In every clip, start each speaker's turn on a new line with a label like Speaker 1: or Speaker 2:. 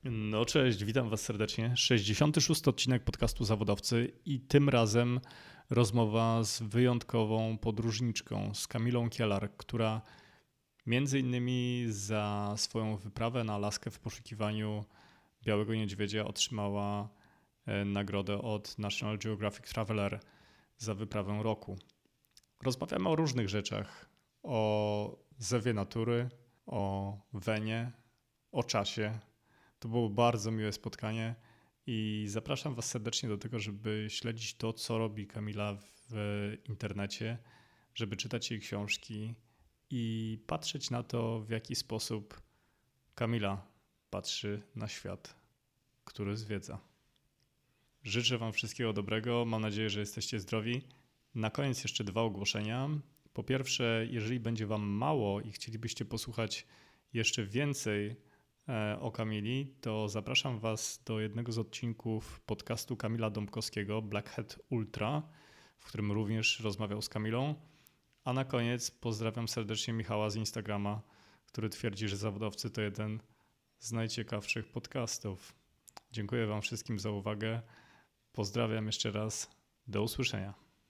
Speaker 1: No cześć, witam was serdecznie. 66. odcinek podcastu Zawodowcy i tym razem rozmowa z wyjątkową podróżniczką, z Kamilą Kielar, która między innymi za swoją wyprawę na Alaskę w poszukiwaniu białego niedźwiedzia otrzymała nagrodę od National Geographic Traveler za wyprawę roku. Rozmawiamy o różnych rzeczach, o zewie natury, o Wenie, o czasie. To było bardzo miłe spotkanie i zapraszam was serdecznie do tego, żeby śledzić to, co robi Kamila w internecie, żeby czytać jej książki i patrzeć na to, w jaki sposób Kamila patrzy na świat, który zwiedza. Życzę wam wszystkiego dobrego, mam nadzieję, że jesteście zdrowi. Na koniec jeszcze 2 ogłoszenia. Po pierwsze, jeżeli będzie wam mało i chcielibyście posłuchać jeszcze więcej o Kamili, to zapraszam was do jednego z odcinków podcastu Kamila Dąbkowskiego, Black Hat Ultra, w którym również rozmawiał z Kamilą. A na koniec pozdrawiam serdecznie Michała z Instagrama, który twierdzi, że Zawodowcy to jeden z najciekawszych podcastów. Dziękuję wam wszystkim za uwagę. Pozdrawiam jeszcze raz. Do usłyszenia.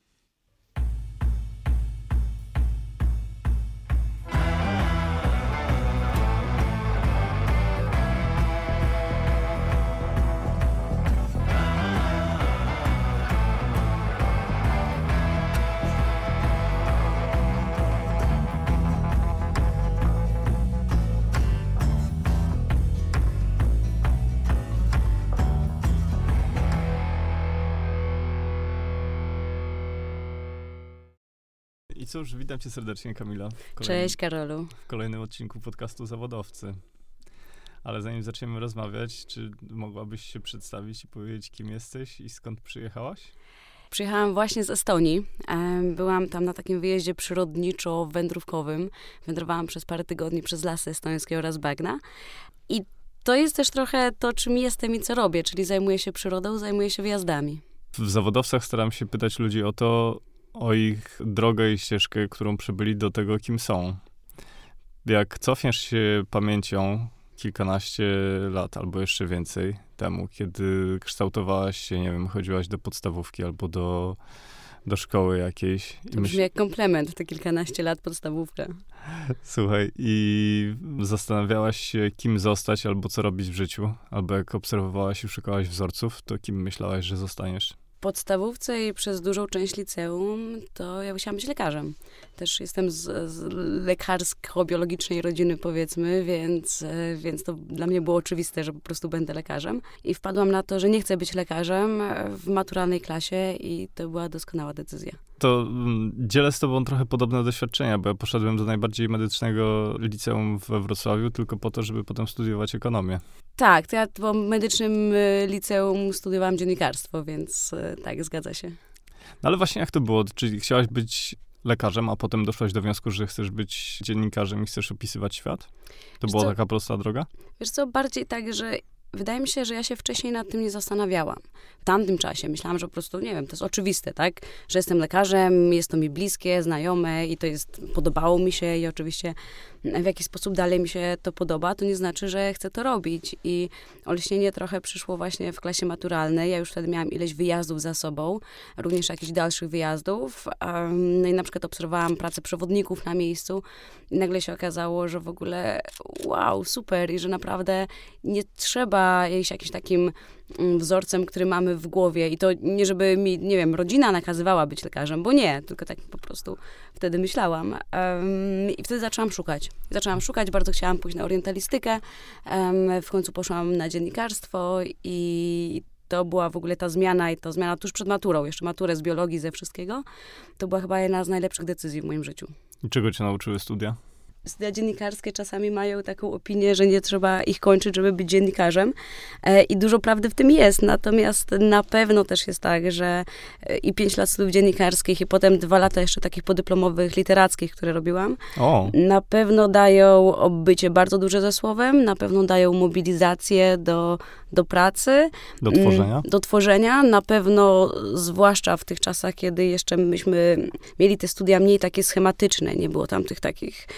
Speaker 1: I cóż, witam cię serdecznie, Kamila.
Speaker 2: Cześć, Karolu.
Speaker 1: W kolejnym odcinku podcastu Zawodowcy. Ale zanim zaczniemy rozmawiać, czy mogłabyś się przedstawić i powiedzieć, kim jesteś i skąd przyjechałaś?
Speaker 2: Przyjechałam właśnie z Estonii. Byłam tam na takim wyjeździe przyrodniczo-wędrówkowym. Wędrowałam przez parę tygodni przez lasy estońskie oraz bagna. I to jest też trochę to, czym jestem i co robię, czyli zajmuję się przyrodą, zajmuję się wyjazdami.
Speaker 1: W Zawodowcach staram się pytać ludzi o ich drogę i ścieżkę, którą przebyli do tego, kim są. Jak cofniesz się pamięcią kilkanaście lat albo jeszcze więcej temu, kiedy kształtowałaś się, nie wiem, chodziłaś do podstawówki albo do szkoły jakiejś.
Speaker 2: To brzmi jak komplement, te kilkanaście lat podstawówka.
Speaker 1: Słuchaj, i zastanawiałaś się, kim zostać albo co robić w życiu, albo jak obserwowałaś i szukałaś wzorców, to kim myślałaś, że zostaniesz?
Speaker 2: W podstawówce i przez dużą część liceum to ja chciałam być lekarzem. Też jestem z lekarsko-biologicznej rodziny, powiedzmy, więc to dla mnie było oczywiste, że po prostu będę lekarzem. I wpadłam na to, że nie chcę być lekarzem w maturalnej klasie i to była doskonała decyzja.
Speaker 1: To dzielę z tobą trochę podobne doświadczenia, bo ja poszedłem do najbardziej medycznego liceum we Wrocławiu tylko po to, żeby potem studiować ekonomię.
Speaker 2: Tak, to ja po medycznym liceum studiowałam dziennikarstwo, więc tak, zgadza się.
Speaker 1: No ale właśnie jak to było? Czyli chciałaś być lekarzem, a potem doszłaś do wniosku, że chcesz być dziennikarzem i chcesz opisywać świat? To była taka prosta droga?
Speaker 2: Wiesz co, bardziej tak, że wydaje mi się, że ja się wcześniej nad tym nie zastanawiałam. W tamtym czasie myślałam, że po prostu, nie wiem, to jest oczywiste, tak? Że jestem lekarzem, jest to mi bliskie, znajome i podobało mi się i oczywiście w jakiś sposób dalej mi się to podoba, to nie znaczy, że chcę to robić. I olśnienie trochę przyszło właśnie w klasie maturalnej. Ja już wtedy miałam ileś wyjazdów za sobą, również jakichś dalszych wyjazdów. No i na przykład obserwowałam pracę przewodników na miejscu i nagle się okazało, że w ogóle wow, super i że naprawdę nie trzeba iść jakimś takim wzorcem, który mamy w głowie i to nie żeby mi, nie wiem, rodzina nakazywała być lekarzem, bo nie, tylko tak po prostu wtedy myślałam. I wtedy zaczęłam szukać, bardzo chciałam pójść na orientalistykę, w końcu poszłam na dziennikarstwo i to była w ogóle ta zmiana i to zmiana tuż przed maturą, jeszcze maturę z biologii, ze wszystkiego. To była chyba jedna z najlepszych decyzji w moim życiu.
Speaker 1: I czego cię nauczyły studia?
Speaker 2: Studia dziennikarskie czasami mają taką opinię, że nie trzeba ich kończyć, żeby być dziennikarzem i dużo prawdy w tym jest, natomiast na pewno też jest tak, że i 5 lat studiów dziennikarskich i potem 2 lata jeszcze takich podyplomowych, literackich, które robiłam, na pewno dają bycie bardzo duże ze słowem, na pewno dają mobilizację do pracy. Do tworzenia. Na pewno, zwłaszcza w tych czasach, kiedy jeszcze myśmy mieli te studia mniej takie schematyczne, nie było tam tych takich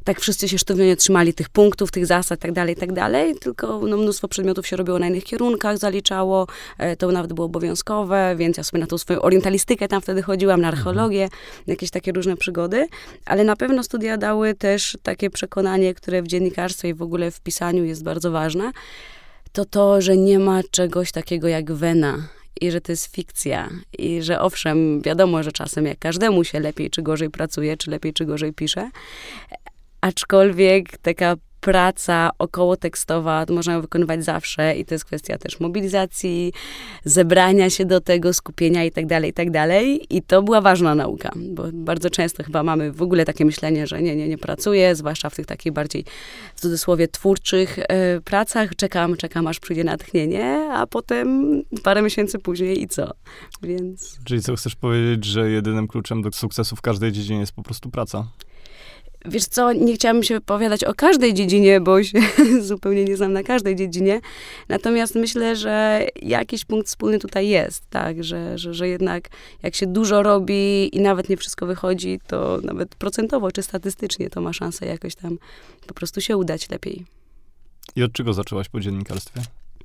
Speaker 2: tak wszyscy się sztywnie trzymali tych punktów, tych zasad, tak dalej, tylko no, mnóstwo przedmiotów się robiło na innych kierunkach, zaliczało, to nawet było obowiązkowe, więc ja sobie na tą swoją orientalistykę tam wtedy chodziłam, na archeologię, jakieś takie różne przygody, ale na pewno studia dały też takie przekonanie, które w dziennikarstwie i w ogóle w pisaniu jest bardzo ważne, to, że nie ma czegoś takiego jak wena i że to jest fikcja i że owszem, wiadomo, że czasem jak każdemu się lepiej czy gorzej pracuje, czy lepiej czy gorzej pisze, aczkolwiek taka praca okołotekstowa to można ją wykonywać zawsze i to jest kwestia też mobilizacji, zebrania się do tego, skupienia i tak dalej. I to była ważna nauka, bo bardzo często chyba mamy w ogóle takie myślenie, że nie pracuję, zwłaszcza w tych takich bardziej, w cudzysłowie, twórczych pracach. Czekam, aż przyjdzie natchnienie, a potem parę miesięcy później i co? Więc...
Speaker 1: Czyli co, chcesz powiedzieć, że jedynym kluczem do sukcesu w każdej dziedzinie jest po prostu praca?
Speaker 2: Wiesz co, nie chciałabym się wypowiadać o każdej dziedzinie, bo się zupełnie nie znam na każdej dziedzinie. Natomiast myślę, że jakiś punkt wspólny tutaj jest, tak, że jednak jak się dużo robi i nawet nie wszystko wychodzi, to nawet procentowo czy statystycznie to ma szansę jakoś tam po prostu się udać lepiej.
Speaker 1: I od czego zaczęłaś po dziennikarstwie?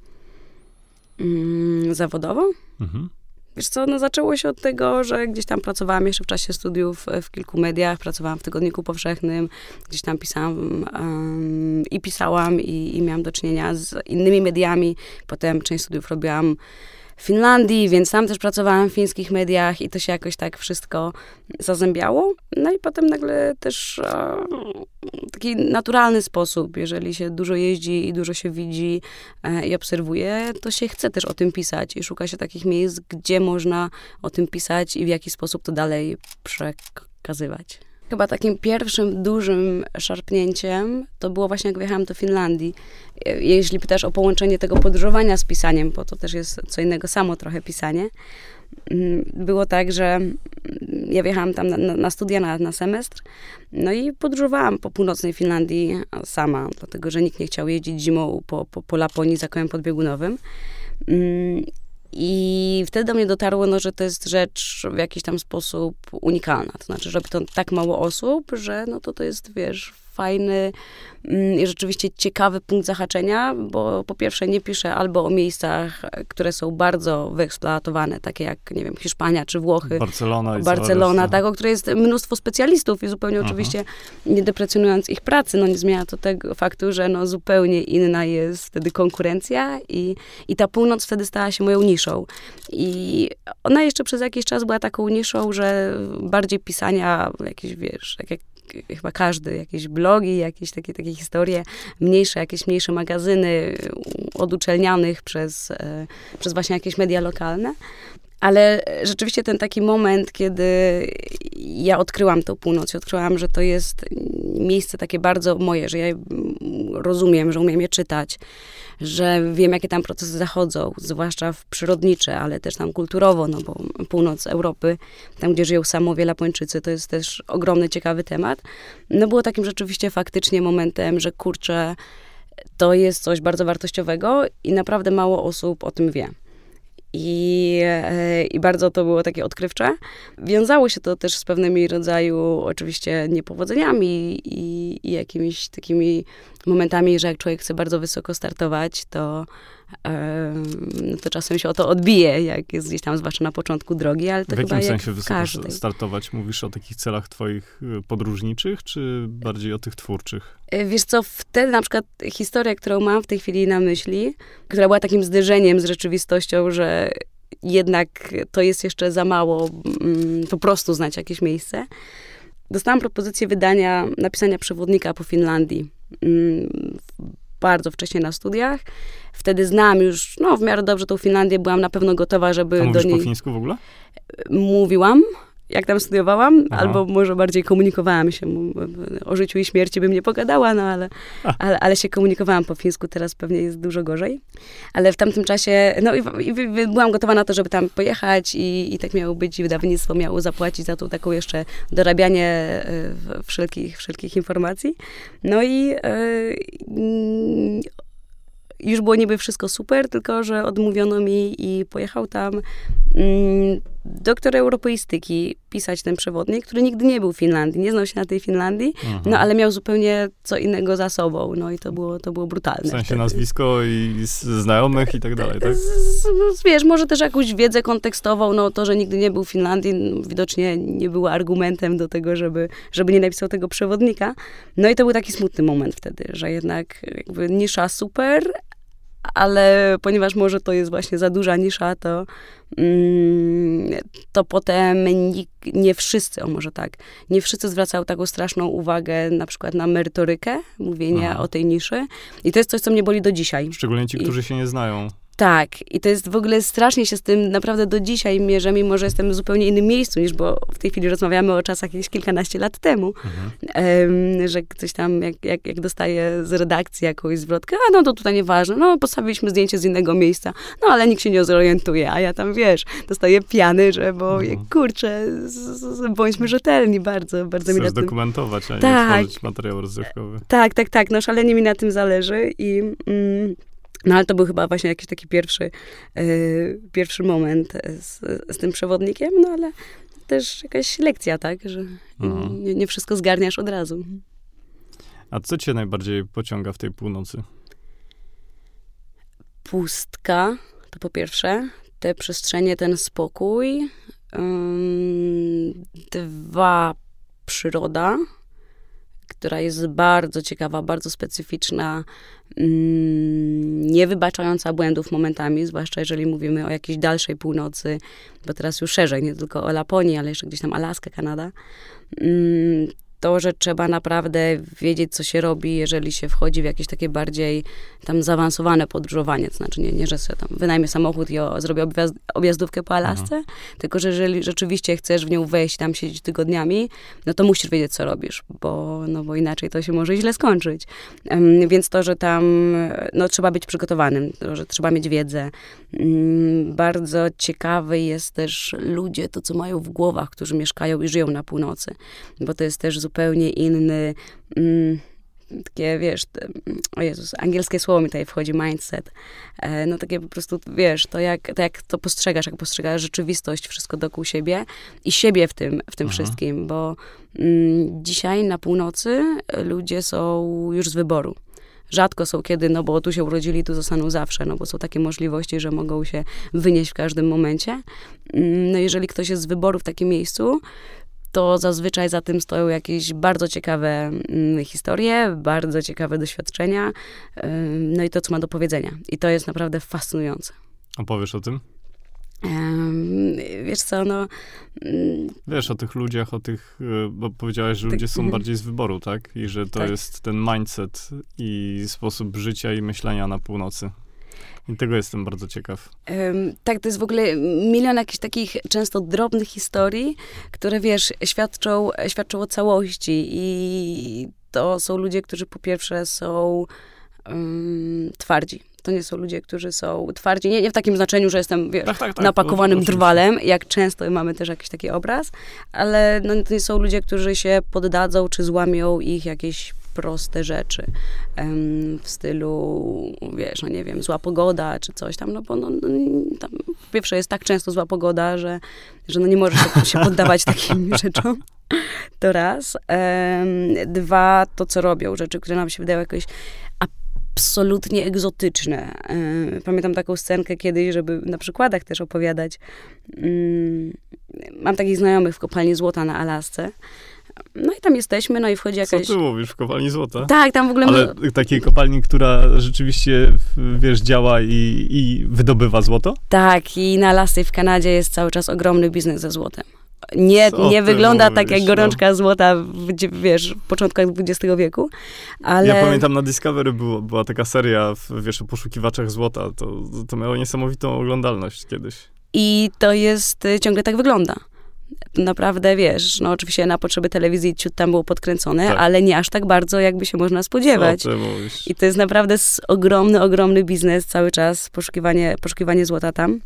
Speaker 2: Zawodowo?
Speaker 1: Mhm.
Speaker 2: Wiesz co, no zaczęło się od tego, że gdzieś tam pracowałam jeszcze w czasie studiów w kilku mediach, pracowałam w Tygodniku Powszechnym, gdzieś tam pisałam i pisałam i miałam do czynienia z innymi mediami. Potem część studiów robiłam w Finlandii, więc tam też pracowałam w fińskich mediach i to się jakoś tak wszystko zazębiało. No i potem nagle też w taki naturalny sposób, jeżeli się dużo jeździ i dużo się widzi i obserwuje, to się chce też o tym pisać i szuka się takich miejsc, gdzie można o tym pisać i w jaki sposób to dalej przekazywać. Chyba takim pierwszym dużym szarpnięciem to było właśnie, jak wyjechałam do Finlandii. Jeśli pytasz o połączenie tego podróżowania z pisaniem, bo to też jest co innego samo trochę pisanie, było tak, że ja wjechałam tam na studia, na semestr, no i podróżowałam po północnej Finlandii sama, dlatego że nikt nie chciał jeździć zimą po Laponii za kołem podbiegunowym. I wtedy do mnie dotarło, no, że to jest rzecz w jakiś tam sposób unikalna. To znaczy, że robi to tak mało osób, że no to jest, wiesz, fajny i rzeczywiście ciekawy punkt zahaczenia, bo po pierwsze nie piszę albo o miejscach, które są bardzo wyeksploatowane, takie jak, nie wiem, Hiszpania czy Włochy. Barcelona, tak, o której jest mnóstwo specjalistów i zupełnie oczywiście nie deprecjonując ich pracy, no nie zmienia to tego faktu, że no zupełnie inna jest wtedy konkurencja i ta północ wtedy stała się moją niszą. I ona jeszcze przez jakiś czas była taką niszą, że bardziej pisania jakieś, wiesz, jak chyba każdy, jakieś blogi, jakieś takie historie, jakieś mniejsze magazyny od uczelnianych przez właśnie jakieś media lokalne. Ale rzeczywiście ten taki moment, kiedy ja odkryłam tę północ i odkryłam, że to jest miejsce takie bardzo moje, że ja rozumiem, że umiem je czytać, że wiem, jakie tam procesy zachodzą, zwłaszcza w przyrodnicze, ale też tam kulturowo, no bo północ Europy, tam gdzie żyją Samowie, Lapończycy, to jest też ogromny, ciekawy temat. No było takim rzeczywiście faktycznie momentem, że kurczę, to jest coś bardzo wartościowego i naprawdę mało osób o tym wie. I bardzo to było takie odkrywcze. Wiązało się to też z pewnymi rodzaju oczywiście niepowodzeniami i jakimiś takimi momentami, że jak człowiek chce bardzo wysoko startować, to czasem się o to odbije, jak jest gdzieś tam, zwłaszcza na początku drogi, ale to
Speaker 1: w
Speaker 2: chyba
Speaker 1: jakim
Speaker 2: jak
Speaker 1: sensie wysoko startować? Mówisz o takich celach twoich podróżniczych, czy bardziej o tych twórczych?
Speaker 2: Wiesz co, wtedy na przykład historia, którą mam w tej chwili na myśli, która była takim zderzeniem z rzeczywistością, że jednak to jest jeszcze za mało po prostu znać jakieś miejsce. Dostałam propozycję napisania przewodnika po Finlandii bardzo wcześnie na studiach. Wtedy znałam już, w miarę dobrze tą Finlandię, byłam na pewno gotowa, żeby do niej...
Speaker 1: A mówisz po fińsku w ogóle?
Speaker 2: Mówiłam, jak tam studiowałam, albo może bardziej komunikowałam się. O życiu i śmierci bym nie pogadała, no ale się komunikowałam po fińsku, teraz pewnie jest dużo gorzej. Ale w tamtym czasie, i byłam gotowa na to, żeby tam pojechać i tak miało być, i wydawnictwo miało zapłacić za tą taką jeszcze dorabianie wszelkich informacji. No i już było niby wszystko super, tylko że odmówiono mi i pojechał tam doktor europeistyki pisać ten przewodnik, który nigdy nie był w Finlandii, nie znał się na tej Finlandii, no ale miał zupełnie co innego za sobą, no i to było brutalne.
Speaker 1: W sensie
Speaker 2: wtedy.
Speaker 1: nazwisko i znajomych i tak dalej, tak?
Speaker 2: Wiesz, może też jakąś wiedzę kontekstową, no to, że nigdy nie był w Finlandii, no, widocznie nie było argumentem do tego, żeby nie napisał tego przewodnika. No i to był taki smutny moment wtedy, że jednak jakby nisza super, ale ponieważ może to jest właśnie za duża nisza, to potem nie wszyscy, nie wszyscy zwracają taką straszną uwagę na przykład na merytorykę, mówienia o tej niszy. I to jest coś, co mnie boli do dzisiaj.
Speaker 1: Szczególnie ci, którzy się nie znają.
Speaker 2: Tak, i to jest w ogóle strasznie się z tym naprawdę do dzisiaj mierzę, mimo że jestem w zupełnie innym miejscu bo w tej chwili rozmawiamy o czasach jakieś kilkanaście lat temu, że ktoś tam jak dostaje z redakcji jakąś zwrotkę, no to tutaj nieważne, no postawiliśmy zdjęcie z innego miejsca, no ale nikt się nie zorientuje, a ja tam dostaję piany, bo kurczę, bądźmy rzetelni, bardzo mi na tym...
Speaker 1: Chcesz dokumentować, a nie tworzyć materiał rozrywkowy.
Speaker 2: Tak, no szalenie mi na tym zależy i... No ale to był chyba właśnie jakiś taki pierwszy moment z tym przewodnikiem, no ale też jakaś lekcja, tak, że nie wszystko zgarniasz od razu.
Speaker 1: A co cię najbardziej pociąga w tej północy?
Speaker 2: Pustka, to po pierwsze, te przestrzenie, ten spokój. 2, przyroda, która jest bardzo ciekawa, bardzo specyficzna, nie wybaczająca błędów momentami, zwłaszcza jeżeli mówimy o jakiejś dalszej północy, bo teraz już szerzej, nie tylko o Laponii, ale jeszcze gdzieś tam Alaska, Kanada. To, że trzeba naprawdę wiedzieć, co się robi, jeżeli się wchodzi w jakieś takie bardziej tam zaawansowane podróżowanie. To znaczy nie że sobie tam wynajmę samochód i zrobię objazdówkę po Alasce, tylko że jeżeli rzeczywiście chcesz w nią wejść, tam siedzieć tygodniami, no to musisz wiedzieć, co robisz, bo inaczej to się może źle skończyć. Więc to, że tam trzeba być przygotowanym, to, że trzeba mieć wiedzę. Bardzo ciekawy jest też ludzie, to co mają w głowach, którzy mieszkają i żyją na północy, bo to jest też zupełnie inny, takie, wiesz, o Jezus, angielskie słowo mi tutaj wchodzi, mindset. No takie po prostu, wiesz, to jak to postrzegasz, jak postrzegasz rzeczywistość, wszystko dookoła siebie i siebie w tym wszystkim, bo dzisiaj na północy ludzie są już z wyboru. Rzadko są kiedy, bo tu się urodzili, tu zostaną zawsze, bo są takie możliwości, że mogą się wynieść w każdym momencie. No jeżeli ktoś jest z wyboru w takim miejscu, to zazwyczaj za tym stoją jakieś bardzo ciekawe historie, bardzo ciekawe doświadczenia, no i to, co ma do powiedzenia. I to jest naprawdę fascynujące.
Speaker 1: Opowiesz o tym?
Speaker 2: Wiesz co,
Speaker 1: Wiesz o tych ludziach, bo powiedziałaś, że ludzie są bardziej z wyboru, tak? I że to jest ten mindset i sposób życia i myślenia na północy. I tego jestem bardzo ciekaw.
Speaker 2: Tak, to jest w ogóle milion jakichś takich często drobnych historii, które, wiesz, świadczą o całości. I to są ludzie, którzy po pierwsze są twardzi. To nie są ludzie, którzy są twardzi, nie w takim znaczeniu, że jestem, wiesz, napakowanym drwalem, jak często mamy też jakiś taki obraz, ale to nie są ludzie, którzy się poddadzą, czy złamią ich jakieś proste rzeczy w stylu, wiesz, nie wiem, zła pogoda, czy coś tam, bo tam po pierwsze jest tak często zła pogoda, że nie możesz się poddawać takim rzeczom. To raz. 2, to co robią, rzeczy, które nam się wydają jakoś absolutnie egzotyczne. Pamiętam taką scenkę kiedyś, żeby na przykładach też opowiadać. Mam takich znajomych w kopalni złota na Alasce. No i tam jesteśmy, no i wchodzi jakaś...
Speaker 1: Co ty mówisz, w kopalni złota?
Speaker 2: Tak, tam w ogóle...
Speaker 1: Ale takiej kopalni, która rzeczywiście, wiesz, działa i wydobywa złoto?
Speaker 2: Tak, i na Alasce i w Kanadzie jest cały czas ogromny biznes ze złotem. Nie wygląda tak jak gorączka złota w początkach XX wieku, ale...
Speaker 1: Ja pamiętam, na Discovery była taka seria, wiesz, o poszukiwaczach złota. To miało niesamowitą oglądalność kiedyś.
Speaker 2: I to ciągle tak wygląda. Naprawdę, wiesz, oczywiście na potrzeby telewizji ciut tam było podkręcone, tak, ale nie aż tak bardzo, jakby się można spodziewać.
Speaker 1: Co ty mówisz?
Speaker 2: I to jest naprawdę ogromny biznes cały czas, poszukiwanie złota tam.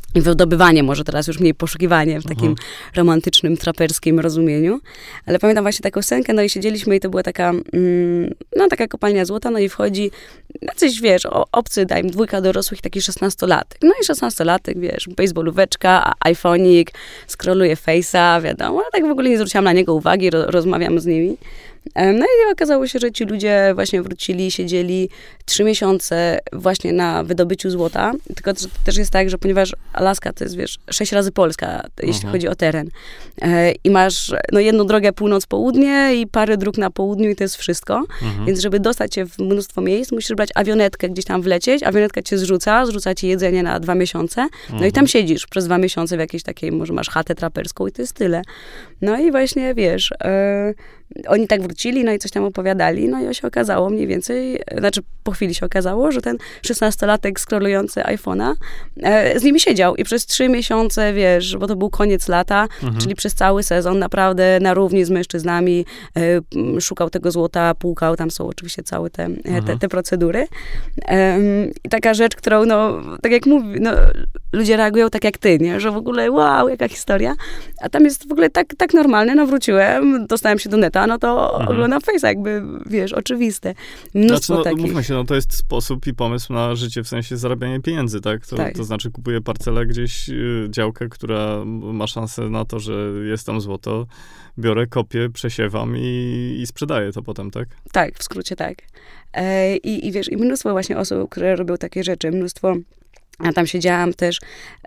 Speaker 2: i wydobywanie, może teraz już mniej poszukiwanie w takim romantycznym, traperskim rozumieniu. Ale pamiętam właśnie taką scenkę, no i siedzieliśmy i to była taka, taka kopalnia złota, no i wchodzi jacyś, wiesz, obcy, dajmy, 2 dorosłych, taki 16-latek. No i 16-latek, wiesz, baseballóweczka, iPhone'ik, scrolluje Face'a, wiadomo, ale tak w ogóle nie zwróciłam na niego uwagi, rozmawiam z nimi. No i okazało się, że ci ludzie właśnie wrócili, siedzieli 3 miesiące właśnie na wydobyciu złota. Tylko też jest tak, że ponieważ Alaska to jest, wiesz, 6 razy Polska, jeśli chodzi o teren. I masz jedną drogę północ-południe i parę dróg na południu i to jest wszystko. Więc żeby dostać się w mnóstwo miejsc, musisz brać awionetkę, gdzieś tam wlecieć. Awionetka cię zrzuca ci jedzenie na 2 miesiące. No i tam siedzisz przez 2 miesiące w jakiejś takiej, może masz chatę traperską i to jest tyle. No i właśnie, wiesz... Oni tak wrócili, no i coś tam opowiadali, no i się okazało mniej więcej, znaczy po chwili się okazało, że ten 16-latek scrollujący iPhone'a z nimi siedział i przez 3 miesiące, wiesz, bo to był koniec lata, czyli przez cały sezon naprawdę na równi z mężczyznami szukał tego złota, płukał, tam są oczywiście całe te procedury. I taka rzecz, którą, tak jak mówię, ludzie reagują tak jak ty, nie? Że w ogóle wow, jaka historia. A tam jest w ogóle tak normalne, wróciłem, dostałem się do neta, to oglądam Face'a, jakby, wiesz, oczywiste. Mnóstwo takich.
Speaker 3: Mówmy się, to jest sposób i pomysł na życie, w sensie zarabiania pieniędzy, tak? To znaczy kupuję parcelę gdzieś, działkę, która ma szansę na to, że jest tam złoto, biorę, kopię, przesiewam i sprzedaję to potem, tak?
Speaker 2: Tak, w skrócie tak. I wiesz, i mnóstwo właśnie osób, które robią takie rzeczy, mnóstwo. Ja tam siedziałam też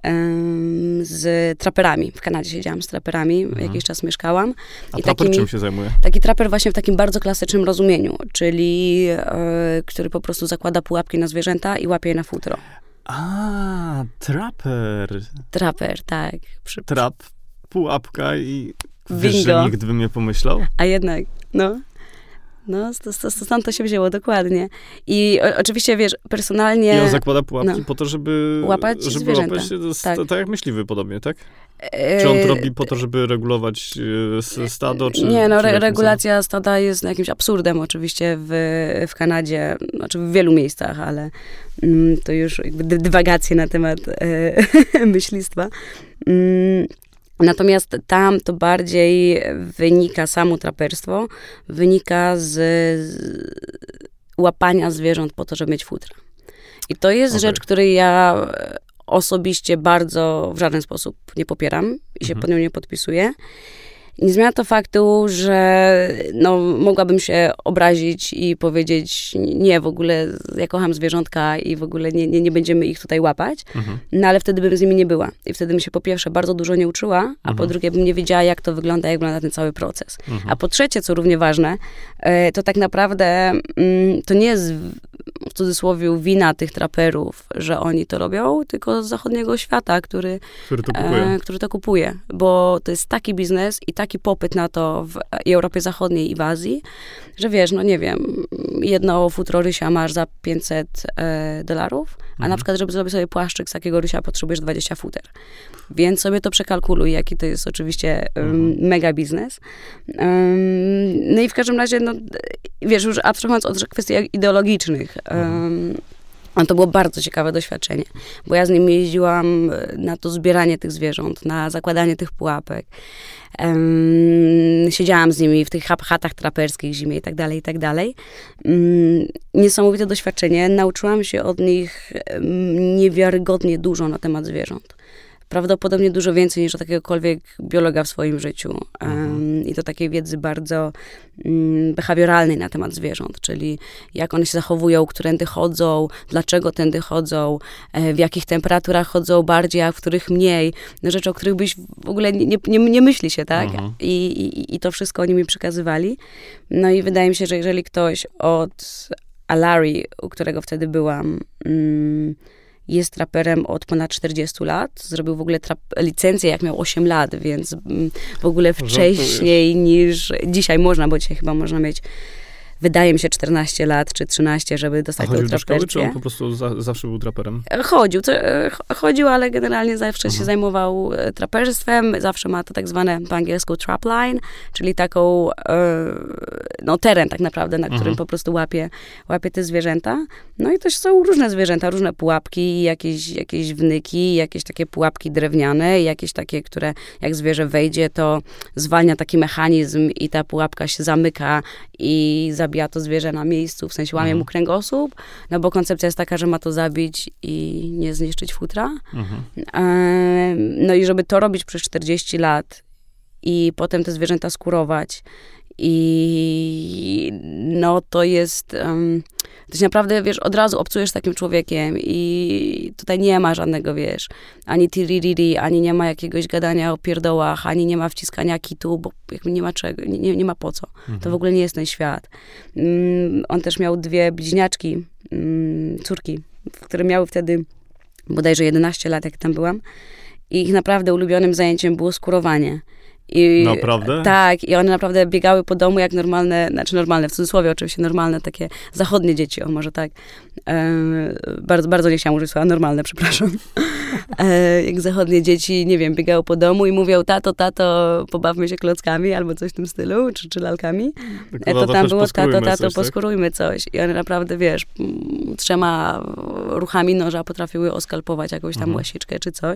Speaker 2: z traperami. W Kanadzie siedziałam z traperami. Jakiś czas mieszkałam.
Speaker 3: A traper czym się zajmuje?
Speaker 2: Taki traper właśnie w takim bardzo klasycznym rozumieniu, czyli który po prostu zakłada pułapki na zwierzęta i łapie je na futro.
Speaker 3: A, traper.
Speaker 2: Traper, tak.
Speaker 3: Trap, pułapka i wiesz,
Speaker 2: bingo.
Speaker 3: Że nikt by nie pomyślał?
Speaker 2: A jednak, stąd to się wzięło, dokładnie. I oczywiście, wiesz, personalnie...
Speaker 3: I on zakłada pułapki po to, żeby
Speaker 2: łapać zwierzęta.
Speaker 3: Tak jak myśliwy podobnie, tak? Czy on to robi po to, żeby regulować stado? Czy,
Speaker 2: nie, regulacja stada jest jakimś absurdem oczywiście w Kanadzie, znaczy w wielu miejscach, ale to już jakby dywagacje na temat myślistwa. Natomiast tam to bardziej wynika, samo traperstwo, wynika z łapania zwierząt po to, żeby mieć futra. I to jest rzecz, której ja osobiście bardzo w żaden sposób nie popieram i się pod nią nie podpisuję. Nie zmienia to faktu, że mogłabym się obrazić i powiedzieć, nie, w ogóle ja kocham zwierzątka i w ogóle nie będziemy ich tutaj łapać, ale wtedy bym z nimi nie była. I wtedy bym się po pierwsze bardzo dużo nie uczyła, a po drugie bym nie wiedziała, jak to wygląda, jak wygląda ten cały proces. A po trzecie, co równie ważne, to tak naprawdę to nie jest w cudzysłowie wina tych traperów, że oni to robią, tylko z zachodniego świata, który to kupuje. Bo to jest taki biznes i taki popyt na to w Europie Zachodniej i w Azji, że wiesz, nie wiem, jedno futro rysia masz za $500, a na przykład, żeby zrobić sobie płaszczyk z takiego rysia, potrzebujesz 20 futer. Więc sobie to przekalkuluj, jaki to jest oczywiście mega biznes. No i w każdym razie, wiesz, już abstrahując od kwestii ideologicznych, to było bardzo ciekawe doświadczenie, bo ja z nim jeździłam na to zbieranie tych zwierząt, na zakładanie tych pułapek. Siedziałam z nimi w tych chatach traperskich, zimie i tak dalej, i tak dalej. Niesamowite doświadczenie. Nauczyłam się od nich niewiarygodnie dużo na temat zwierząt. Prawdopodobnie dużo więcej niż od jakiegokolwiek biologa w swoim życiu. I to takiej wiedzy bardzo behawioralnej na temat zwierząt, czyli jak one się zachowują, którędy chodzą, dlaczego tędy chodzą, w jakich temperaturach chodzą bardziej, a w których mniej. Rzeczy, o których byś w ogóle nie myśli się, tak? I to wszystko oni mi przekazywali. No i wydaje mi się, że jeżeli ktoś od Alari, u którego wtedy byłam, jest traperem od ponad 40 lat. Zrobił w ogóle licencję, jak miał 8 lat, więc w ogóle wcześniej niż dzisiaj można, bo dzisiaj chyba można mieć wydaje mi się, 14 lat czy 13, żeby dostać tą traperkę.
Speaker 3: Chodził do szkoły, czy on po prostu zawsze był traperem?
Speaker 2: Chodził, ale generalnie zawsze się zajmował traperstwem. Zawsze ma to tak zwane po angielsku trapline, czyli taką teren tak naprawdę, na którym po prostu łapie te zwierzęta. No i to są różne zwierzęta, różne pułapki, jakieś wnyki, jakieś takie pułapki drewniane, jakieś takie, które jak zwierzę wejdzie, to zwalnia taki mechanizm i ta pułapka się zamyka i zabija to zwierzę na miejscu, w sensie łamie mu kręgosłup, no bo koncepcja jest taka, że ma to zabić i nie zniszczyć futra. No i żeby to robić przez 40 lat i potem te zwierzęta skurować i no to jest... to się naprawdę, wiesz, od razu obcujesz z takim człowiekiem i tutaj nie ma żadnego, wiesz, ani tiririri, ani nie ma jakiegoś gadania o pierdołach, ani nie ma wciskania kitu, bo jakby nie ma czego, nie ma po co. To w ogóle nie jest ten świat. On też miał 2 bliźniaczki, córki, które miały wtedy bodajże 11 lat, jak tam byłam. I ich naprawdę ulubionym zajęciem było skurowanie.
Speaker 3: Naprawdę?
Speaker 2: Tak, i one naprawdę biegały po domu jak normalne, w cudzysłowie oczywiście, normalne takie zachodnie dzieci, może tak. Bardzo, bardzo nie chciałam użyć słowa normalne, przepraszam. Jak zachodnie dzieci, nie wiem, biegały po domu i mówią, tato, pobawmy się klockami, albo coś w tym stylu, czy lalkami. To tam było, tato, poskurujmy coś. I one naprawdę, wiesz, 3 ruchami noża potrafiły oskalpować jakąś tam łasiczkę, czy coś.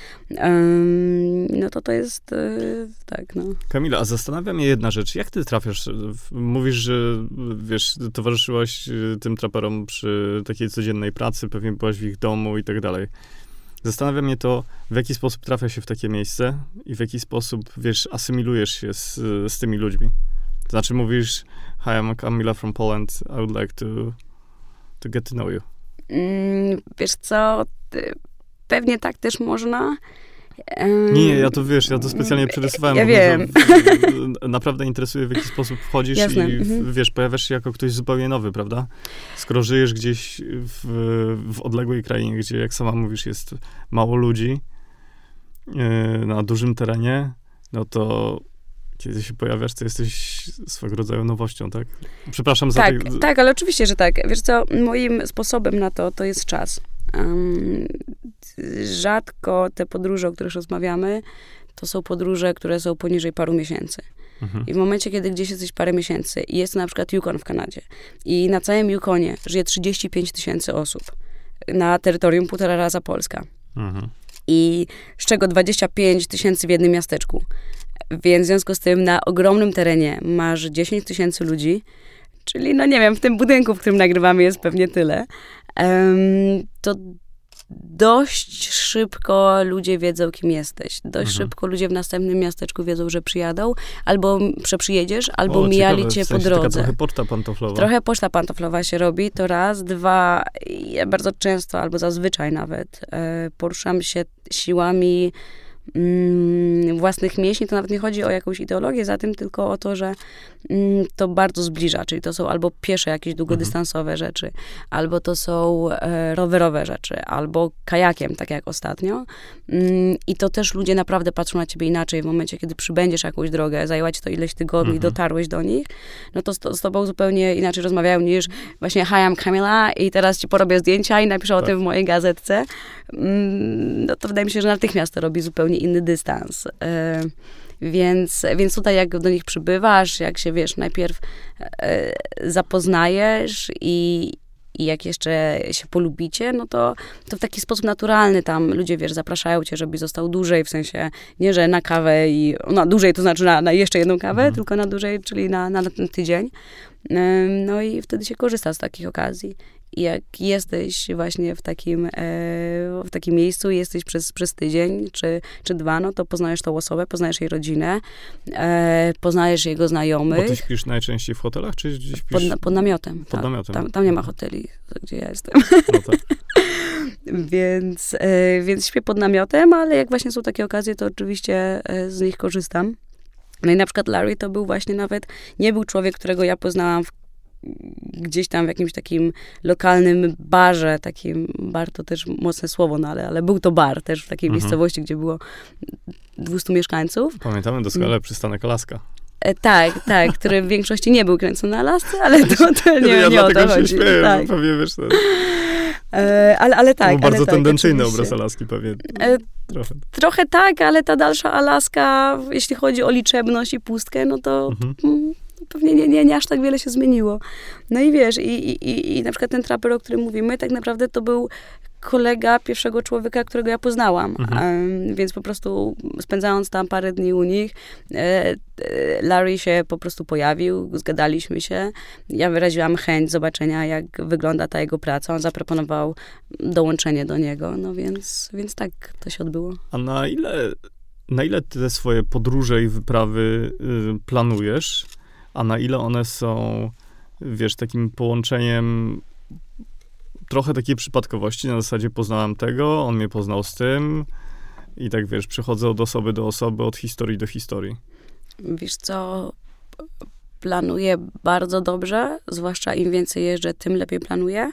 Speaker 2: No to jest tak, no.
Speaker 3: Kamila, a zastanawia mnie jedna rzecz. Jak ty trafiasz? Mówisz, że wiesz, towarzyszyłaś tym traperom przy takiej codziennej pracy, pewnie byłaś w ich domu i tak dalej. Zastanawia mnie to, w jaki sposób trafia się w takie miejsce i w jaki sposób, wiesz, asymilujesz się z tymi ludźmi. To znaczy mówisz, hi, I'm Kamila from Poland, I would like to get to know you.
Speaker 2: Wiesz co, pewnie tak też można.
Speaker 3: Nie, ja to specjalnie przerysowałem.
Speaker 2: Ja wiem.
Speaker 3: Naprawdę interesuje, w jaki sposób wchodzisz.
Speaker 2: Jasne.
Speaker 3: I wiesz, pojawiasz się jako ktoś zupełnie nowy, prawda? Skoro żyjesz gdzieś w odległej krainie, gdzie, jak sama mówisz, jest mało ludzi, na dużym terenie, no to kiedy się pojawiasz, to jesteś swego rodzaju nowością, tak? Przepraszam za...
Speaker 2: Tak, ale oczywiście, że tak. Wiesz co, moim sposobem na to jest czas. Rzadko te podróże, o których rozmawiamy, to są podróże, które są poniżej paru miesięcy. I w momencie, kiedy gdzieś jesteś parę miesięcy i jest to na przykład Yukon w Kanadzie i na całym Yukonie żyje 35 000 osób na terytorium 1,5 raza Polska. I z czego 25 000 w jednym miasteczku. Więc w związku z tym na ogromnym terenie masz 10 000 ludzi, czyli no nie wiem, w tym budynku, w którym nagrywamy jest pewnie tyle. To dość szybko ludzie wiedzą, kim jesteś. Dość szybko ludzie w następnym miasteczku wiedzą, że przyjadą, albo przeprzyjedziesz, albo mijali cię po drodze.
Speaker 3: Taka trochę poczta pantoflowa.
Speaker 2: Trochę poczta pantoflowa się robi, to raz. 2, ja bardzo często, albo zazwyczaj nawet, poruszam się siłami własnych mięśni, to nawet nie chodzi o jakąś ideologię za tym, tylko o to, że to bardzo zbliża, czyli to są albo piesze jakieś długodystansowe rzeczy, albo to są rowerowe rzeczy, albo kajakiem, tak jak ostatnio. I to też ludzie naprawdę patrzą na ciebie inaczej w momencie, kiedy przybędziesz jakąś drogę, zajęła ci to ileś tygodni, dotarłeś do nich, no to z tobą zupełnie inaczej rozmawiają niż właśnie hi, I'm Kamila i teraz ci porobię zdjęcia i napiszę o tym w mojej gazetce. No to wydaje mi się, że natychmiast to robi zupełnie inny dystans. Więc tutaj jak do nich przybywasz, jak się, wiesz, najpierw zapoznajesz i jak jeszcze się polubicie, no to w taki sposób naturalny tam ludzie, wiesz, zapraszają cię, żebyś został dłużej, w sensie nie, że na kawę i na dłużej, to znaczy na jeszcze jedną kawę, tylko na dłużej, czyli na ten tydzień. No i wtedy się korzysta z takich okazji. I jak jesteś właśnie w takim miejscu, jesteś przez tydzień czy 2, no to poznajesz tą osobę, poznajesz jej rodzinę, poznajesz jego znajomych.
Speaker 3: Bo ty śpisz najczęściej w hotelach, czy gdzieś śpisz?
Speaker 2: Pod namiotem.
Speaker 3: Pod namiotem.
Speaker 2: Tam nie ma hoteli, gdzie ja jestem.
Speaker 3: No tak.
Speaker 2: Więc śpię pod namiotem, ale jak właśnie są takie okazje, to oczywiście z nich korzystam. No i na przykład Larry to był właśnie nawet, nie był człowiek, którego ja poznałam gdzieś tam w jakimś takim lokalnym barze, bar to też mocne słowo, no ale był to bar też w takiej miejscowości, gdzie było 200 mieszkańców.
Speaker 3: Pamiętamy doskonale przystanek Alaska.
Speaker 2: Tak, który w większości nie był kręcony na Alasce, ale to nie o to chodzi.
Speaker 3: Się śmieję,
Speaker 2: tak.
Speaker 3: Pewnie wiesz...
Speaker 2: Ale tak.
Speaker 3: To był bardzo
Speaker 2: tak,
Speaker 3: tendencyjny
Speaker 2: oczywiście.
Speaker 3: obraz Alaski pewnie.
Speaker 2: Trochę tak, ale ta dalsza Alaska, jeśli chodzi o liczebność i pustkę, no to pewnie nie aż tak wiele się zmieniło. No i wiesz, i na przykład ten traper, o którym mówimy, tak naprawdę to był kolega pierwszego człowieka, którego ja poznałam. Więc po prostu spędzając tam parę dni u nich, Larry się po prostu pojawił, zgadaliśmy się. Ja wyraziłam chęć zobaczenia, jak wygląda ta jego praca. On zaproponował dołączenie do niego, no więc tak to się odbyło.
Speaker 3: A na ile ty te swoje podróże i wyprawy planujesz, a na ile one są, wiesz, takim połączeniem trochę takiej przypadkowości, na zasadzie poznałem tego, on mnie poznał z tym i tak, wiesz, przechodzę od osoby do osoby, od historii do historii.
Speaker 2: Wiesz co, planuję bardzo dobrze, zwłaszcza im więcej jeżdżę, tym lepiej planuję.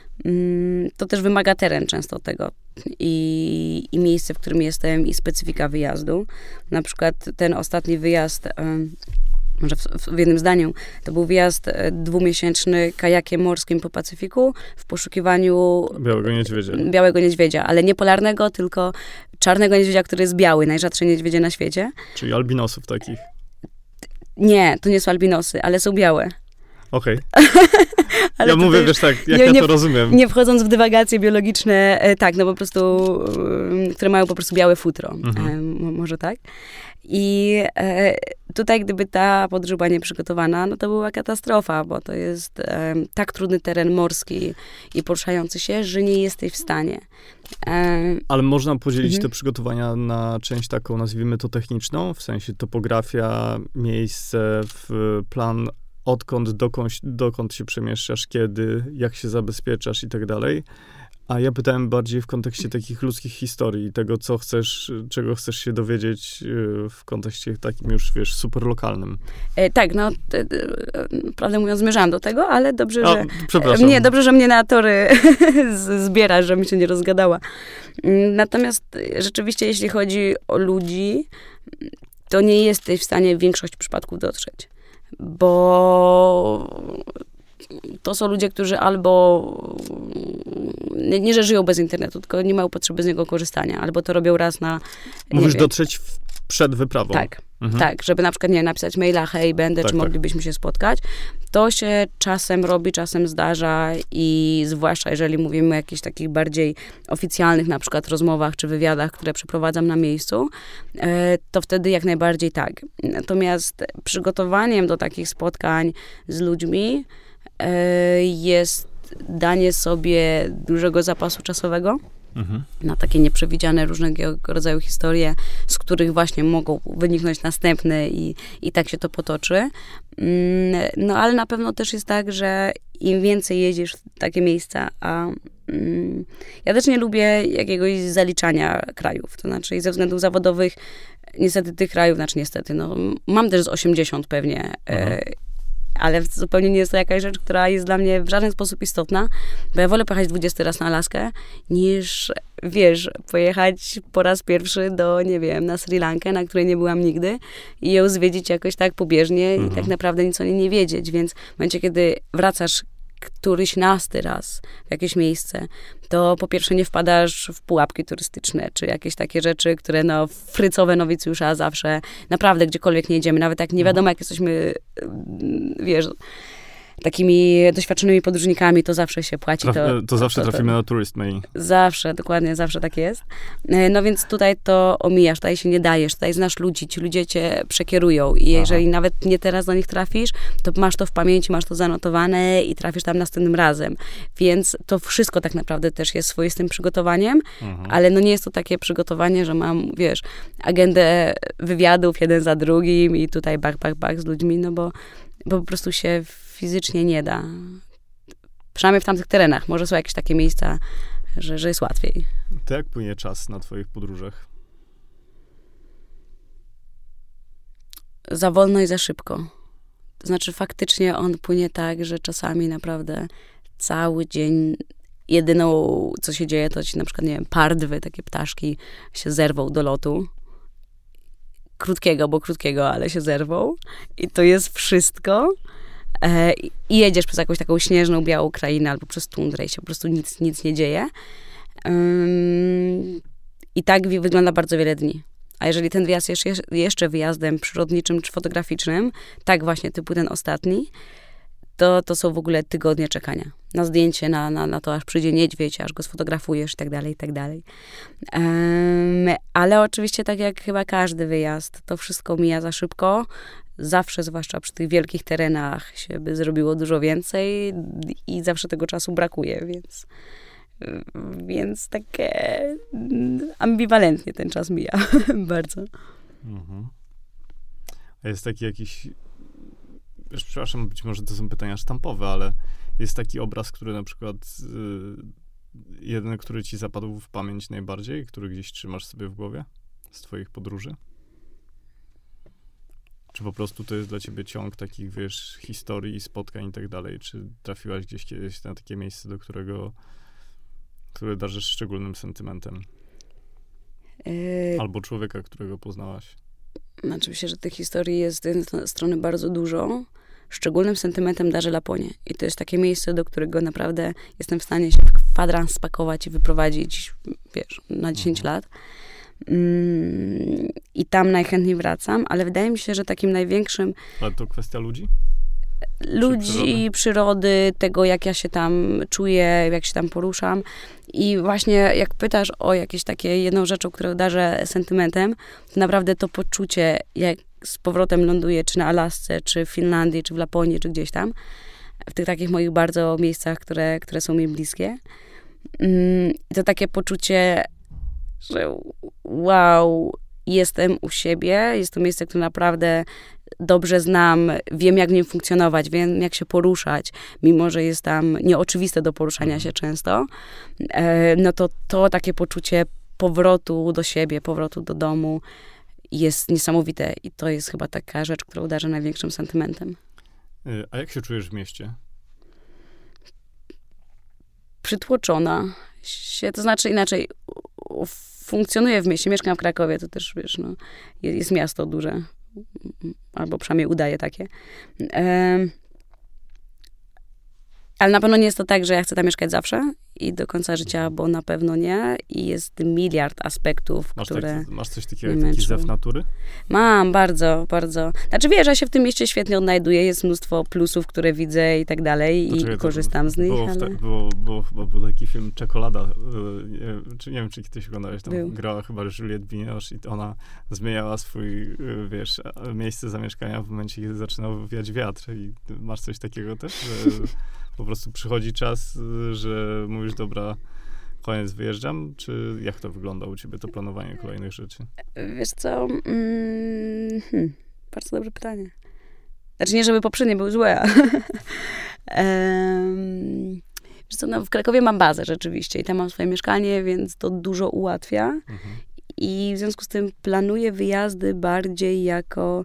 Speaker 2: To też wymaga teren często tego i miejsce, w którym jestem i specyfika wyjazdu. Na przykład ten ostatni wyjazd, może w jednym zdaniu, to był wyjazd 2-miesięczny kajakiem morskim po Pacyfiku w poszukiwaniu białego niedźwiedzia, ale nie polarnego, tylko czarnego niedźwiedzia, który jest biały, najrzadsze niedźwiedzie na świecie.
Speaker 3: Czyli albinosów takich?
Speaker 2: Nie, to nie są albinosy, ale są białe.
Speaker 3: Okej. Ja mówię, wiesz tak, jak ja to rozumiem.
Speaker 2: Nie wchodząc w dywagacje biologiczne, tak, no po prostu, które mają po prostu białe futro. Może tak. I tutaj, gdyby ta podróż była nieprzygotowana, no to była katastrofa, bo to jest tak trudny teren morski i poruszający się, że nie jesteś w stanie.
Speaker 3: Ale można podzielić te przygotowania na część taką, nazwijmy to techniczną, w sensie topografia, miejsce, plan odkąd, dokąd się przemieszczasz, kiedy, jak się zabezpieczasz i tak dalej. A ja pytałem bardziej w kontekście takich ludzkich historii i tego, czego chcesz się dowiedzieć w kontekście takim już, wiesz, super lokalnym.
Speaker 2: Tak, no, prawdę mówiąc, zmierzałam do tego, ale dobrze, że...
Speaker 3: Przepraszam.
Speaker 2: Nie, dobrze, że mnie na tory zbiera, że mi się nie rozgadała. Natomiast rzeczywiście, jeśli chodzi o ludzi, to nie jesteś w stanie w większości przypadków dotrzeć. Bo to są ludzie, którzy albo nie, że żyją bez internetu, tylko nie mają potrzeby z niego korzystania, albo to robią raz na...
Speaker 3: Mówisz dotrzeć przed wyprawą.
Speaker 2: Tak, tak, żeby na przykład, nie napisać maila, hej, będę, czy moglibyśmy się spotkać. To się czasem robi, czasem zdarza i zwłaszcza jeżeli mówimy o jakichś takich bardziej oficjalnych na przykład rozmowach czy wywiadach, które przeprowadzam na miejscu, to wtedy jak najbardziej tak. Natomiast przygotowaniem do takich spotkań z ludźmi jest danie sobie dużego zapasu czasowego na takie nieprzewidziane różnego rodzaju historie, z których właśnie mogą wyniknąć następne i tak się to potoczy. No ale na pewno też jest tak, że im więcej jeździsz w takie miejsca, a ja też nie lubię jakiegoś zaliczania krajów, to znaczy ze względów zawodowych niestety tych krajów, no mam też z 80 pewnie, ale zupełnie nie jest to jakaś rzecz, która jest dla mnie w żaden sposób istotna, bo ja wolę pojechać 20 raz na Alaskę, niż, wiesz, pojechać po raz pierwszy do, nie wiem, na Sri Lankę, na której nie byłam nigdy i ją zwiedzić jakoś tak pobieżnie i tak naprawdę nic o niej nie wiedzieć, więc w momencie, kiedy wracasz któryś nasty raz w jakieś miejsce, to po pierwsze nie wpadasz w pułapki turystyczne, czy jakieś takie rzeczy, które no frycowe nowicjusza zawsze, naprawdę gdziekolwiek nie jedziemy, nawet jak nie wiadomo, jak jesteśmy, wiesz, takimi doświadczonymi podróżnikami, to zawsze się płaci.
Speaker 3: To zawsze trafimy na Tourist Mail.
Speaker 2: Zawsze, dokładnie, zawsze tak jest. No więc tutaj to omijasz, tutaj się nie dajesz, tutaj znasz ludzi, ci ludzie cię przekierują i jeżeli nawet nie teraz do nich trafisz, to masz to w pamięci, masz to zanotowane i trafisz tam następnym razem. Więc to wszystko tak naprawdę też jest swoistym przygotowaniem, ale no nie jest to takie przygotowanie, że mam, wiesz, agendę wywiadów jeden za drugim i tutaj bach z ludźmi, no bo po prostu się fizycznie nie da. Przynajmniej w tamtych terenach. Może są jakieś takie miejsca, że jest łatwiej.
Speaker 3: To jak płynie czas na twoich podróżach?
Speaker 2: Za wolno i za szybko. To znaczy faktycznie on płynie tak, że czasami naprawdę cały dzień jedyną, co się dzieje, to ci na przykład, nie wiem, pardwy, takie ptaszki się zerwą do lotu. krótkiego, ale się zerwał. I to jest wszystko. I jedziesz przez jakąś taką śnieżną, białą krainę albo przez tundrę i się po prostu nic nie dzieje. I tak wygląda bardzo wiele dni. A jeżeli ten wyjazd jest jeszcze wyjazdem przyrodniczym czy fotograficznym, tak właśnie typu ten ostatni, to są w ogóle tygodnie czekania na zdjęcie, na to, aż przyjdzie niedźwiedź, aż go sfotografujesz i tak dalej, i tak dalej. Ale oczywiście tak jak chyba każdy wyjazd, to wszystko mija za szybko. Zawsze, zwłaszcza przy tych wielkich terenach, się by zrobiło dużo więcej i zawsze tego czasu brakuje, więc takie ambiwalentnie ten czas mija bardzo.
Speaker 3: Mhm. A jest taki jakiś, przepraszam, być może to są pytania sztampowe, ale jest taki obraz, który na przykład jeden, który ci zapadł w pamięć najbardziej, który gdzieś trzymasz sobie w głowie z twoich podróży? Czy po prostu to jest dla ciebie ciąg takich, wiesz, historii, spotkań i tak dalej? Czy trafiłaś gdzieś kiedyś na takie miejsce, które darzysz szczególnym sentymentem? Albo człowieka, którego poznałaś?
Speaker 2: Oczywiście, że tych historii jest z jednej strony bardzo dużo. Szczególnym sentymentem darzę Laponię. I to jest takie miejsce, do którego naprawdę jestem w stanie się w kwadrans spakować i wyprowadzić, wiesz, na 10 lat. I tam najchętniej wracam, ale wydaje mi się, że takim największym...
Speaker 3: Ale to kwestia ludzi?
Speaker 2: Ludzi, przyrody, tego, jak ja się tam czuję, jak się tam poruszam. I właśnie jak pytasz o jakieś takie jedną rzeczą, którą darzę sentymentem, to naprawdę to poczucie, jak z powrotem ląduję, czy na Alasce, czy w Finlandii, czy w Laponii, czy gdzieś tam, w tych takich moich bardzo miejscach, które są mi bliskie. I to takie poczucie, że wow, jestem u siebie, jest to miejsce, które naprawdę dobrze znam, wiem jak w nim funkcjonować, wiem jak się poruszać, mimo że jest tam nieoczywiste do poruszania się często, no to takie poczucie powrotu do siebie, powrotu do domu jest niesamowite i to jest chyba taka rzecz, którą darzę największym sentymentem.
Speaker 3: A jak się czujesz w mieście?
Speaker 2: Przytłoczona to znaczy inaczej, funkcjonuję w mieście, mieszkam w Krakowie, to też, wiesz, no, jest miasto duże, albo przynajmniej udaje takie. Ale na pewno nie jest to tak, że ja chcę tam mieszkać zawsze i do końca życia, bo na pewno nie. I jest miliard aspektów, które...
Speaker 3: Masz coś takiego jak taki zew natury?
Speaker 2: Mam, bardzo, bardzo. Znaczy wiesz, ja się w tym mieście świetnie odnajduję, jest mnóstwo plusów, które widzę i tak dalej i korzystam z nich.
Speaker 3: Był taki film Czekolada, nie wiem, czy kiedyś oglądałeś, tam grała chyba Juliette Binoche i ona zmieniała swój, wiesz, miejsce zamieszkania w momencie, kiedy zaczynał wiać wiatr i masz coś takiego też, że po prostu przychodzi czas, że mówisz, dobra, koniec, wyjeżdżam, czy jak to wygląda u ciebie, to planowanie kolejnych rzeczy?
Speaker 2: Wiesz co, bardzo dobre pytanie. Znaczy nie, żeby poprzednie były złe, wiesz co, no, w Krakowie mam bazę rzeczywiście i tam mam swoje mieszkanie, więc to dużo ułatwia i w związku z tym planuję wyjazdy bardziej jako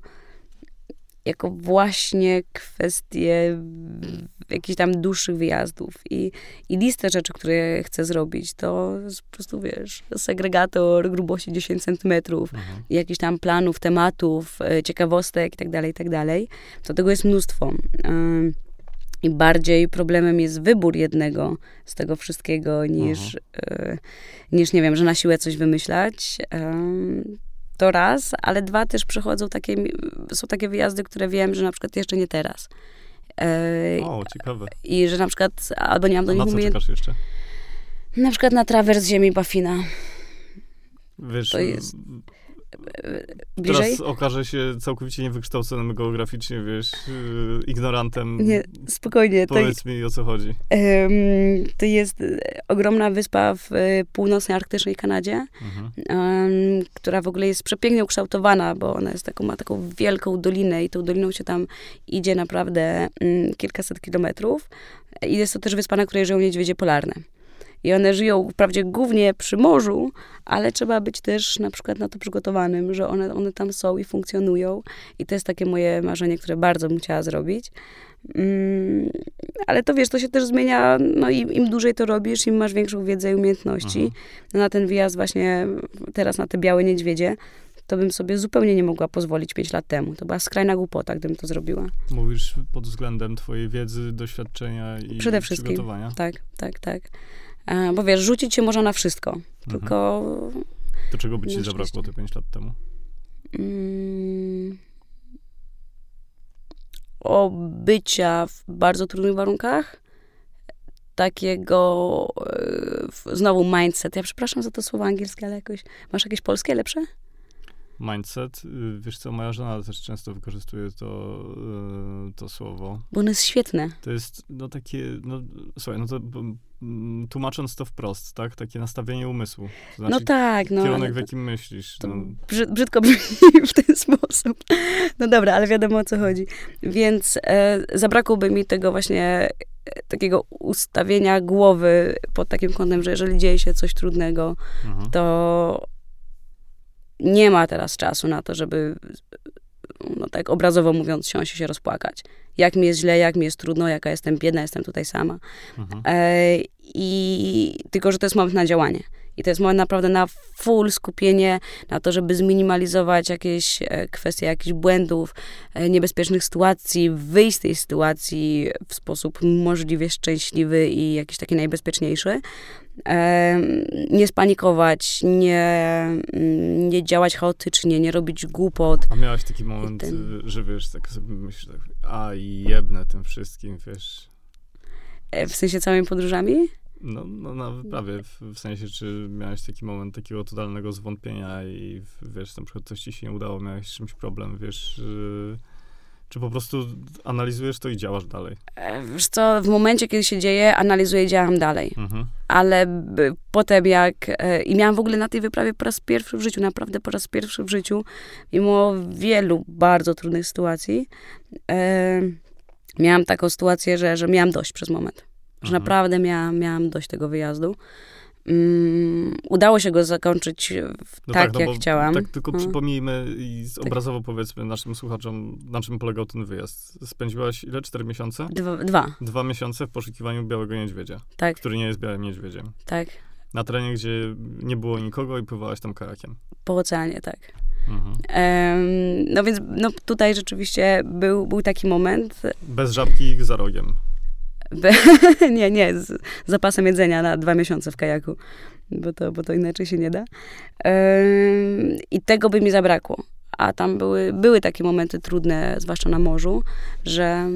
Speaker 2: właśnie kwestie jakichś tam dłuższych wyjazdów i listę rzeczy, które chcę zrobić, to jest po prostu, wiesz, segregator grubości 10 centymetrów, jakichś tam planów, tematów, ciekawostek i tak dalej. To tego jest mnóstwo. I bardziej problemem jest wybór jednego z tego wszystkiego niż nie wiem, że na siłę coś wymyślać. To raz, ale dwa też są takie wyjazdy, które wiem, że na przykład jeszcze nie teraz.
Speaker 3: O, ciekawe.
Speaker 2: I że na przykład, albo nie mam do nich
Speaker 3: umiejętności. Na co czekasz jeszcze?
Speaker 2: Na przykład na trawers ziemi Baffina.
Speaker 3: Wiesz,
Speaker 2: to jest bliżej?
Speaker 3: Teraz okaże się całkowicie niewykształconym geograficznie, wiesz, ignorantem.
Speaker 2: Nie, spokojnie.
Speaker 3: Powiedz mi, o co chodzi.
Speaker 2: To jest ogromna wyspa w północnej arktycznej Kanadzie, która w ogóle jest przepięknie ukształtowana, bo ona ma taką wielką dolinę i tą doliną się tam idzie naprawdę kilkaset kilometrów. I jest to też wyspa, na której żyją niedźwiedzie polarne. I one żyją wprawdzie głównie przy morzu, ale trzeba być też na przykład na to przygotowanym, że one tam są i funkcjonują. I to jest takie moje marzenie, które bardzo bym chciała zrobić. Ale to wiesz, to się też zmienia, no i im dłużej to robisz, im masz większą wiedzę i umiejętności. No na ten wyjazd właśnie teraz na te białe niedźwiedzie, to bym sobie zupełnie nie mogła pozwolić 5 lat temu. To była skrajna głupota, gdybym to zrobiła.
Speaker 3: Mówisz pod względem twojej wiedzy, doświadczenia i
Speaker 2: przede wszystkim
Speaker 3: przygotowania?
Speaker 2: Tak. Bo wiesz, rzucić się można na wszystko, tylko...
Speaker 3: To czego by ci zabrakło te 5 lat temu?
Speaker 2: Bycia w bardzo trudnych warunkach, takiego znowu mindset. Ja przepraszam za to słowo angielskie, ale jakoś... Masz jakieś polskie lepsze?
Speaker 3: Mindset. Wiesz co, moja żona też często wykorzystuje to słowo.
Speaker 2: Bo ono jest świetne.
Speaker 3: To jest, takie, słuchaj, tłumacząc to wprost, tak? Takie nastawienie umysłu. To znaczy, kierunek, w jakim myślisz.
Speaker 2: Brzydko brzmi w ten sposób. No dobra, ale wiadomo, o co chodzi. Więc zabrakłoby mi tego właśnie takiego ustawienia głowy pod takim kątem, że jeżeli dzieje się coś trudnego, to nie ma teraz czasu na to, żeby, tak obrazowo mówiąc, siąść i się rozpłakać. Jak mi jest źle, jak mi jest trudno, jaka jestem biedna, jestem tutaj sama. Tylko, że to jest moment na działanie. I to jest moment naprawdę na full skupienie na to, żeby zminimalizować jakieś kwestie jakichś błędów, niebezpiecznych sytuacji, wyjść z tej sytuacji w sposób możliwie szczęśliwy i jakiś taki najbezpieczniejszy. Nie spanikować, nie działać chaotycznie, nie robić głupot.
Speaker 3: A miałaś taki moment, że wiesz, tak sobie myślisz, jebnę tym wszystkim, wiesz?
Speaker 2: W sensie całymi podróżami?
Speaker 3: No na wyprawie, w sensie, czy miałeś taki moment takiego totalnego zwątpienia i wiesz, na przykład coś ci się nie udało, miałeś z czymś problem, wiesz, czy po prostu analizujesz to i działasz dalej?
Speaker 2: Wiesz co, w momencie, kiedy się dzieje, analizuję i działam dalej. Ale potem i miałam w ogóle na tej wyprawie po raz pierwszy w życiu, naprawdę po raz pierwszy w życiu, mimo wielu bardzo trudnych sytuacji, miałam taką sytuację, że miałam dość przez moment. Że naprawdę miałam dość tego wyjazdu. Udało się go zakończyć jak chciałam.
Speaker 3: Tak tylko przypomnijmy i obrazowo powiedzmy naszym słuchaczom, na czym polegał ten wyjazd. Spędziłaś ile? 4 miesiące?
Speaker 2: 2.
Speaker 3: 2 miesiące w poszukiwaniu białego niedźwiedzia.
Speaker 2: Tak.
Speaker 3: Który nie jest białym niedźwiedziem.
Speaker 2: Tak.
Speaker 3: Na terenie, gdzie nie było nikogo i pływałaś tam kajakiem.
Speaker 2: Po oceanie, tak. No więc tutaj rzeczywiście był taki moment.
Speaker 3: Bez żabki za rogiem.
Speaker 2: Nie, z zapasem jedzenia na 2 miesiące w kajaku, bo to inaczej się nie da. I tego by mi zabrakło. A tam były takie momenty trudne, zwłaszcza na morzu, że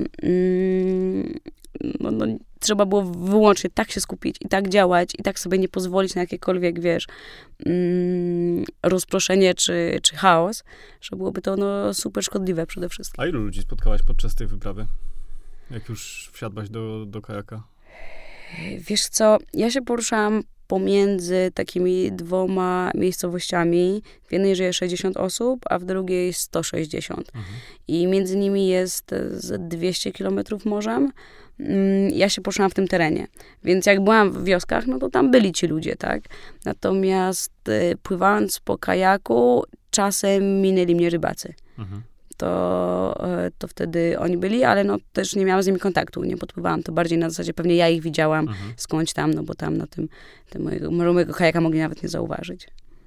Speaker 2: trzeba było wyłącznie tak się skupić i tak działać i tak sobie nie pozwolić na jakiekolwiek, wiesz, rozproszenie czy chaos, że byłoby to super szkodliwe przede wszystkim.
Speaker 3: A ilu ludzi spotkałaś podczas tej wyprawy? Jak już wsiadłaś do kajaka?
Speaker 2: Wiesz co, ja się poruszałam pomiędzy takimi 2 miejscowościami. W jednej żyje 60 osób, a w drugiej 160. I między nimi jest z 200 kilometrów morzem. Ja się poruszałam w tym terenie. Więc jak byłam w wioskach, no to tam byli ci ludzie, tak? Natomiast pływając po kajaku, czasem minęli mnie rybacy. To wtedy oni byli, ale też nie miałam z nimi kontaktu, nie podpływałam. To bardziej na zasadzie pewnie ja ich widziałam skądś tam, bo tam na tym mojego kajaka mogli nawet nie zauważyć.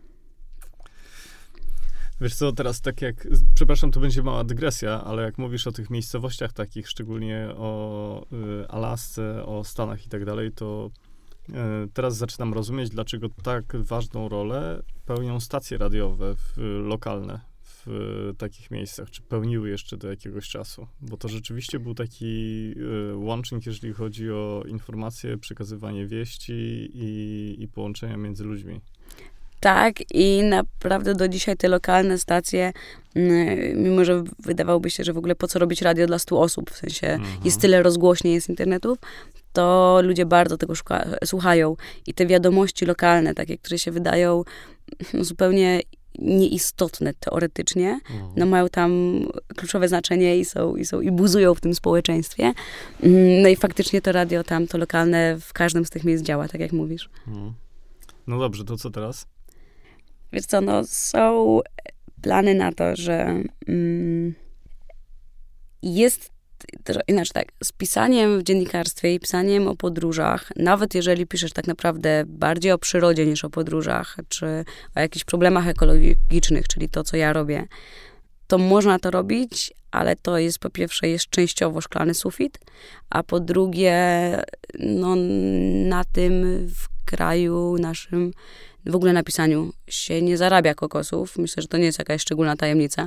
Speaker 3: Wiesz co, teraz tak jak, przepraszam, to będzie mała dygresja, ale jak mówisz o tych miejscowościach takich, szczególnie o Alasce, o Stanach i tak dalej, to teraz zaczynam rozumieć, dlaczego tak ważną rolę pełnią stacje radiowe lokalne w takich miejscach, czy pełniły jeszcze do jakiegoś czasu, bo to rzeczywiście był taki łącznik, jeżeli chodzi o informacje, przekazywanie wieści i połączenia między ludźmi.
Speaker 2: Tak, i naprawdę do dzisiaj te lokalne stacje, mimo że wydawałoby się, że w ogóle po co robić radio dla 100 osób, w sensie jest tyle rozgłośni, jest internetów, to ludzie bardzo tego słuchają. I te wiadomości lokalne, takie, które się wydają zupełnie nieistotne teoretycznie, mają tam kluczowe znaczenie i buzują w tym społeczeństwie. No i faktycznie to radio tam, to lokalne w każdym z tych miejsc działa, tak jak mówisz.
Speaker 3: No dobrze, to co teraz?
Speaker 2: Wiesz co, są plany na to, że jest inaczej tak, z pisaniem w dziennikarstwie i pisaniem o podróżach, nawet jeżeli piszesz tak naprawdę bardziej o przyrodzie niż o podróżach, czy o jakichś problemach ekologicznych, czyli to, co ja robię, to można to robić, ale to jest po pierwsze jest częściowo szklany sufit, a po drugie no, na tym w kraju naszym w ogóle na pisaniu się nie zarabia kokosów. Myślę, że to nie jest jakaś szczególna tajemnica.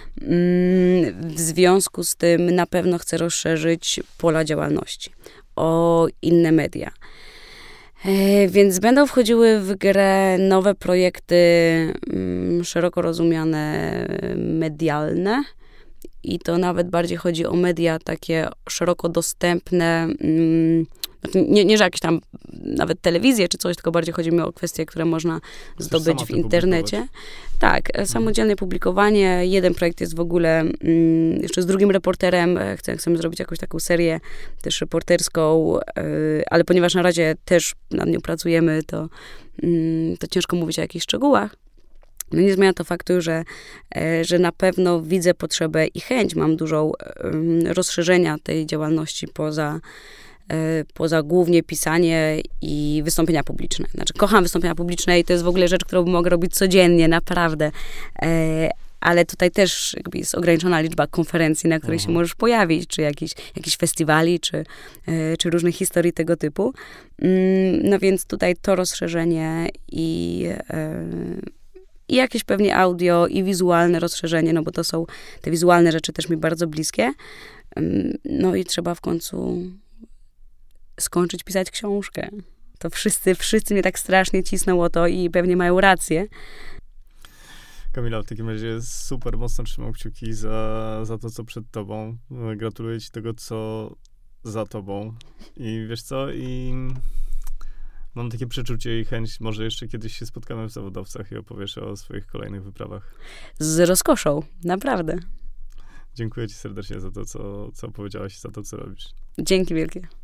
Speaker 2: W związku z tym na pewno chcę rozszerzyć pola działalności o inne media. Więc będą wchodziły w grę nowe projekty szeroko rozumiane medialne i to nawet bardziej chodzi o media takie szeroko dostępne, nie że jakieś tam nawet telewizję czy coś, tylko bardziej chodzi mi o kwestie, które można zdobyć w internecie. Tak, samodzielne publikowanie. Jeden projekt jest w ogóle jeszcze z drugim reporterem. Chcemy zrobić jakąś taką serię też reporterską, ale ponieważ na razie też nad nią pracujemy, to ciężko mówić o jakichś szczegółach. No nie zmienia to faktu, że na pewno widzę potrzebę i chęć, mam dużą rozszerzenia tej działalności poza głównie pisanie i wystąpienia publiczne. Znaczy, kocham wystąpienia publiczne i to jest w ogóle rzecz, którą mogę robić codziennie, naprawdę. Ale tutaj też jakby jest ograniczona liczba konferencji, na których się możesz pojawić, czy jakichś festiwali, czy różnych historii tego typu. No więc tutaj to rozszerzenie i jakieś pewnie audio i wizualne rozszerzenie, no bo to są te wizualne rzeczy też mi bardzo bliskie. No i trzeba w końcu skończyć pisać książkę. To wszyscy mnie tak strasznie cisną o to i pewnie mają rację.
Speaker 3: Kamila, w takim razie super mocno trzymam kciuki za to, co przed tobą. Gratuluję ci tego, co za tobą. I wiesz co? I mam takie przeczucie i chęć, może jeszcze kiedyś się spotkamy w Zawodowcach i opowiesz o swoich kolejnych wyprawach.
Speaker 2: Z rozkoszą, naprawdę.
Speaker 3: Dziękuję ci serdecznie za to, co powiedziałaś i za to, co robisz.
Speaker 2: Dzięki wielkie.